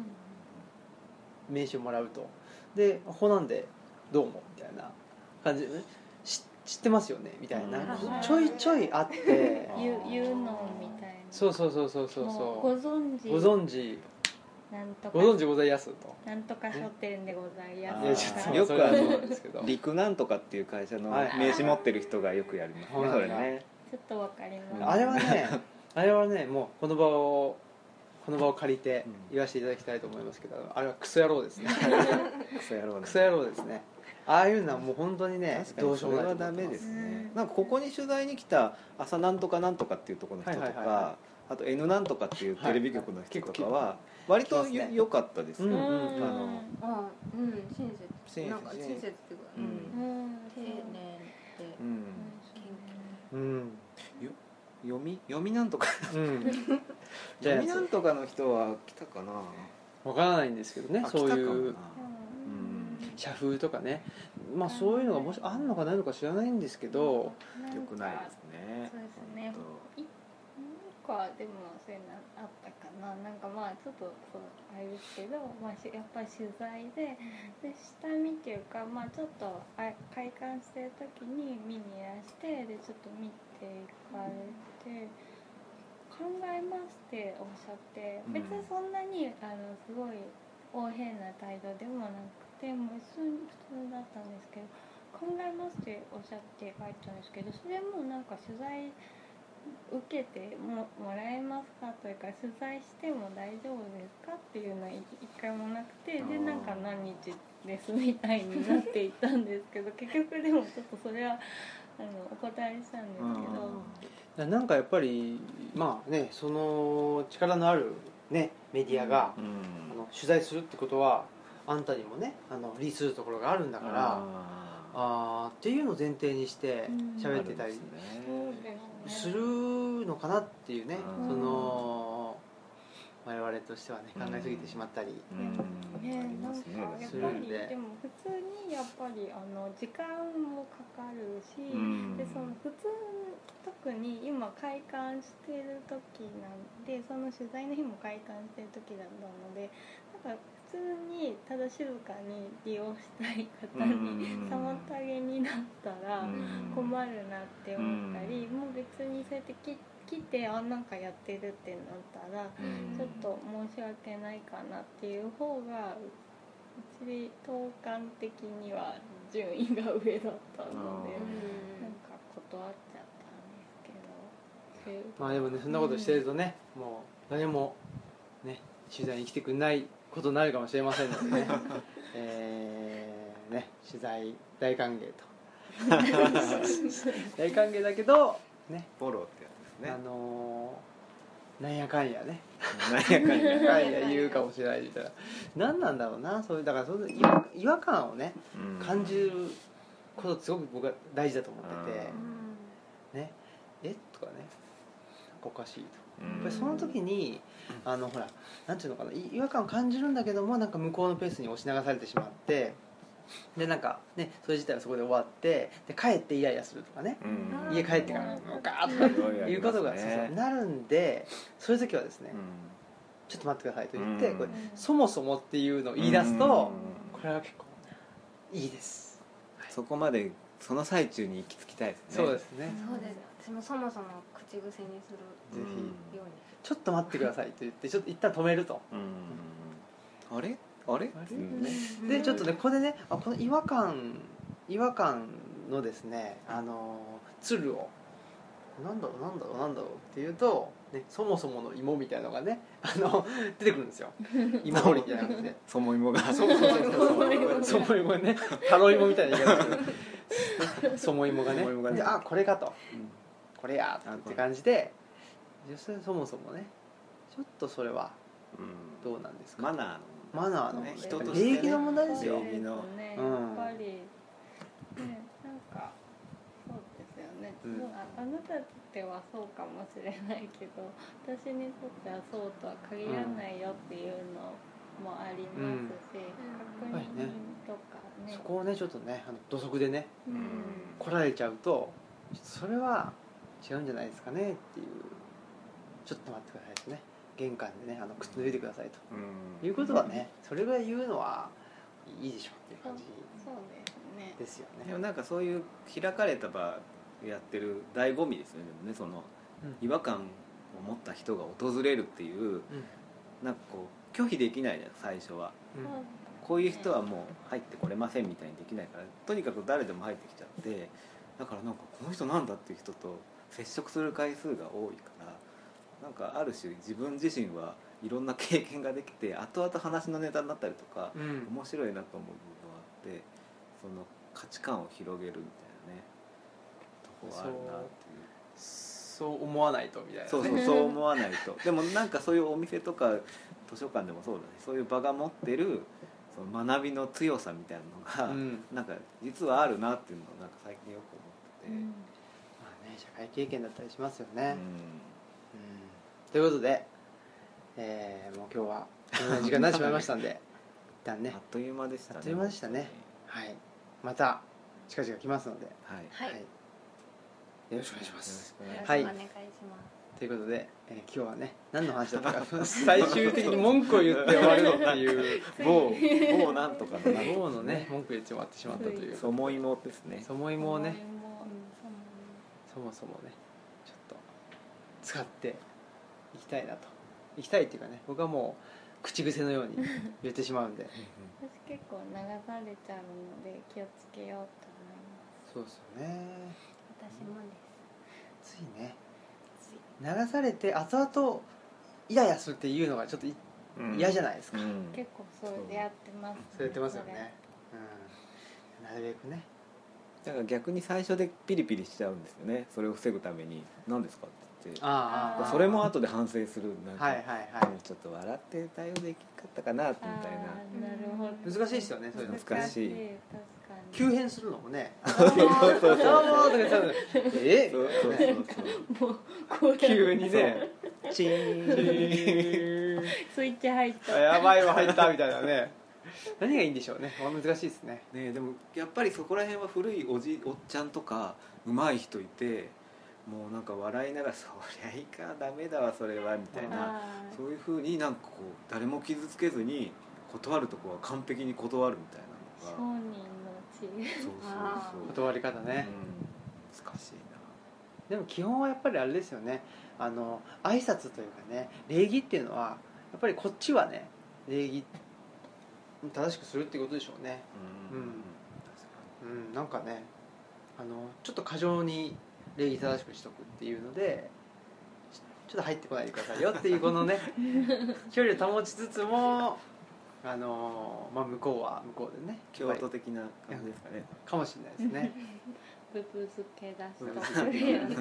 名刺をもらうと、でここなんでどうもみたいな感じでし知ってますよねみたいな、
うん
ちょいちょいあって
言う言うのみたいな。
そうそうそうそうそう
もう
そ
ご存知
うご存知
なんとか
ご存知ございますと、
なんとか書店でござい
あー
ます
いやちょっと
よくあ
それはそうなん
の
ですけど
陸なんとかっていう会社の
はい
名刺持ってる人がよくやりますね、
はい
それね。
ちょっとわかります。
あれはねあれはねもうこの場をこの場を借りて
うん
言わせていただきたいと思いますけど、あれはクソ野郎ですね
クソ野郎ね
クソ野郎ですね。ああいうのはもう本当にね
確か
どうしよう
にそれ
もないと思ってま
はダメですね。
うん
なんかここに取材に来た朝なんとかなんとかっていうところの人と
はいはいはいは
か、あと N なんとかっていうテレビ局の人とかは
はい
割と
来ますね
良かったです
うん
よ。
うんうん
あの
あ、うん、親切、
親切
なんか親切っていうか、
う
うんん、
うん
丁寧で
う、ん、
うん
よ読み読みなんとか
うんジャイアンツ
読みなんとかの人は来たかな。
わからないんですけどね、
あ
そういう
来たかもなうん
社風とかね、まあそういうのがもしあんのかないのか知らないんですけど、
なんか
良くないですね。
そうですね。いなんかでもそういうのあったかな。なんかまあちょっとそうあれですけど、まあしやっぱり取材でで下見っていうか、まあちょっとあ開館してる時に見にいらしてでちょっと見ていかれて。考えますっておっしゃって別にそんなにあのすごい横柄な態度でもなくてもう普通普通だったんですけど考えますっておっしゃって書いたんですけどそれもなんか取材受けてももらえますかというか取材しても大丈夫ですかっていうのは一回もなくてでなんか何日ですみたいになっていったんですけど結局でもちょっとそれはあのお答えしたんですけど。
なんかやっぱりまあねその力のあるねメディアが、
うん
あの取材するってことはあんたにもねあの利するところがあるんだからああっていうのを前提にして喋ってたりするのかなっていうね、その我々としてはね考えすぎてしまったり、
うんね、なんかやっぱりでも普通にやっぱりあの時間もかかるし、うん、でその普通特に今開館してる時なんでその取材の日も開館してる時だったのでなんか普通にただ静かに利用したい方に妨げになったら困るなって思ったり、もう別にそうやって切って来てあなんかやってるってなったら、うん、ちょっと申し訳ないかなっていう方がうち当館的には順位が上だったので、うん、なんか断っちゃったんですけど、
まあでもねそんなことしてるとね、うん、もう誰もね取材に来てくれないことになるかもしれませんのでね、えー、ね取材大歓迎と大歓迎だけどね
フォローってやつね、
あのー、なんやかんやね
なんやかんや
かんや言うかもしれないみたいな何なんだろうなそういうだからそういう違和、違和感をね、うん、感じることすごく僕は大事だと思ってて、うん、ねえとかねおかしいと、やっぱりその時にあのほらなんていうのかな違和感を感じるんだけどもなんか向こうのペースに押し流されてしまってでなんかねそれ自体はそこで終わってで帰ってイライラするとかね、うん、家帰ってからガーッとかいうことが、ね、そうそうなるんでそういう時はですね、うん、ちょっと待ってくださいと言って、うん、これそもそもっていうのを言い出すと、うん、これは結構いいです、
はい、そこまでその最中に行き着きたいですね。
そうですね。
そうです。私もそもそも口癖にするぜひように
ちょっと待ってくださいと言ってちょっと一旦止めると、
うん、あれあれ、
うん、でちょっとねここでねあこの違和感違和感のですねあの鶴をなんだろうなんだろうなんだろうっていうと、ね、そもそもの芋みたいなのがねあの出てくるんですよ芋掘りみたいな感じで
そも芋が
そもそも芋ねタロ芋みたいな言い方するそも芋がねであこれかと、うん、これやって感じで実際そもそもねちょっとそれはどうなんですか、
マナーの
マナーの、ね、
人として、ね、
礼儀の問題ですよ。
礼儀の、ね、やっぱり、ね、なんかそうですよね、うん、あ, あなたってはそうかもしれないけど私にとってはそうとは限らないよっていうのもありますし、うん、確認とかね、
そこをねちょっとねあの土足でね、うん、来られちゃうとそれは違うんじゃないですかねっていうちょっと待ってくださいですね玄関でねあの靴脱いでくださいと、うん、いうことはねそれぐらい言うのはいいでしょうっていう感じですよね。
でもなんかそういう開かれた場やってる醍醐味ですよね。でもねその違和感を持った人が訪れるっていう、うん、なんかこう拒否できないじゃん最初は、うん、こういう人はもう入ってこれませんみたいにできないからとにかく誰でも入ってきちゃってだからなんかこの人なんだっていう人と接触する回数が多いからなんかある種自分自身はいろんな経験ができて後々話のネタになったりとか、うん、面白いなと思う部分があってその価値観を広げるみたいなねとこはあるなっていう
そう思わないとみたいな、ね、
そうそうそう思わないとでもなんかそういうお店とか図書館でもそうだねそういう場が持ってるその学びの強さみたいなのが、うん、なんか実はあるなっていうのをなんか最近よく思ってて、うん、ま
あね社会経験だったりしますよね、うんうん、ということで、えー、もう今日はこんな時間になってしまいましたんで一旦ね
あっという間でしたね
あっという間でしたねはい、また近々来ますので、
はい
はい、よ
ろしくお願いします。
よろしくお願いします。
ということで、えー、今日はね何の話だったか最終的に文句を言って終わるのっていう
某某なんとかの
某のね文句言って終わってしまったという
そもいもですね。
そもいもをねそもそもねちょっと使っていきたいなといきたいっていうかね僕はもう口癖のように言ってしまうんで
私結構流されちゃうので気をつけようと思います
そうですよね
私もです
ついね流されて後々イライラするっていうのがちょっと嫌じゃないですか、うん、
結構それでやってます、ね、
そうやってますよね、うん、なるべくね
だから逆に最初でピリピリしちゃうんですよねそれを防ぐために何ですかって言っ
あーあー
それも後で反省するなんか、
はいはいはい
でもちょっと笑って対応できかったかなみたいな
あーなるほど
難しいですよねそういうの
難しい
確かに
急変するのもね
あー
そうそうそう
あーとか言ったらえ
そうそうそう
もうこれ
急にね
チーン
スイッチ入っ
あ
た
やばいわ入ったみたいなね何がいいんでしょうね難しいですね
ね、でもやっぱりそこら辺は古いおじおっちゃんとか上手い人いてもうなんか笑いながら「そりゃいかダメだわそれは」みたいな
あー
そういうふうになんかこう誰も傷つけずに断るとこは完璧に断るみたいな
商
のが
人の知恵
そうそう
あ
そう、
断り方ね、
うん、難しいな。
でも基本はやっぱりあれですよねあの挨拶というかね礼儀っていうのはやっぱりこっちはね礼儀正しくするっていうことでしょうね
うん
うんうんなんかねあのちょっと過剰に礼儀正しくしとくっていうのでちょっと入ってこないでくださいよっていうこのね距離を保ちつつもあの、まあ、向こうは向こうでね
京都的な感じですかね。
かもしれないですね
ブブ漬け出し
ブブ
と
漬け
くやつ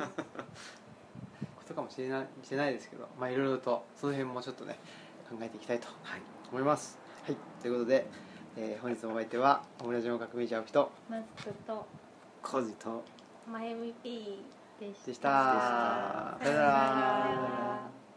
ことかもしれないしれないですけどまあいろいろとその辺もちょっとね考えていきたいと
はい、
思いますはいということで、えー本日のお相手はオムラジオの革命者青木と
マスクと
家事と
まゆみ P
でした
でしたさよなら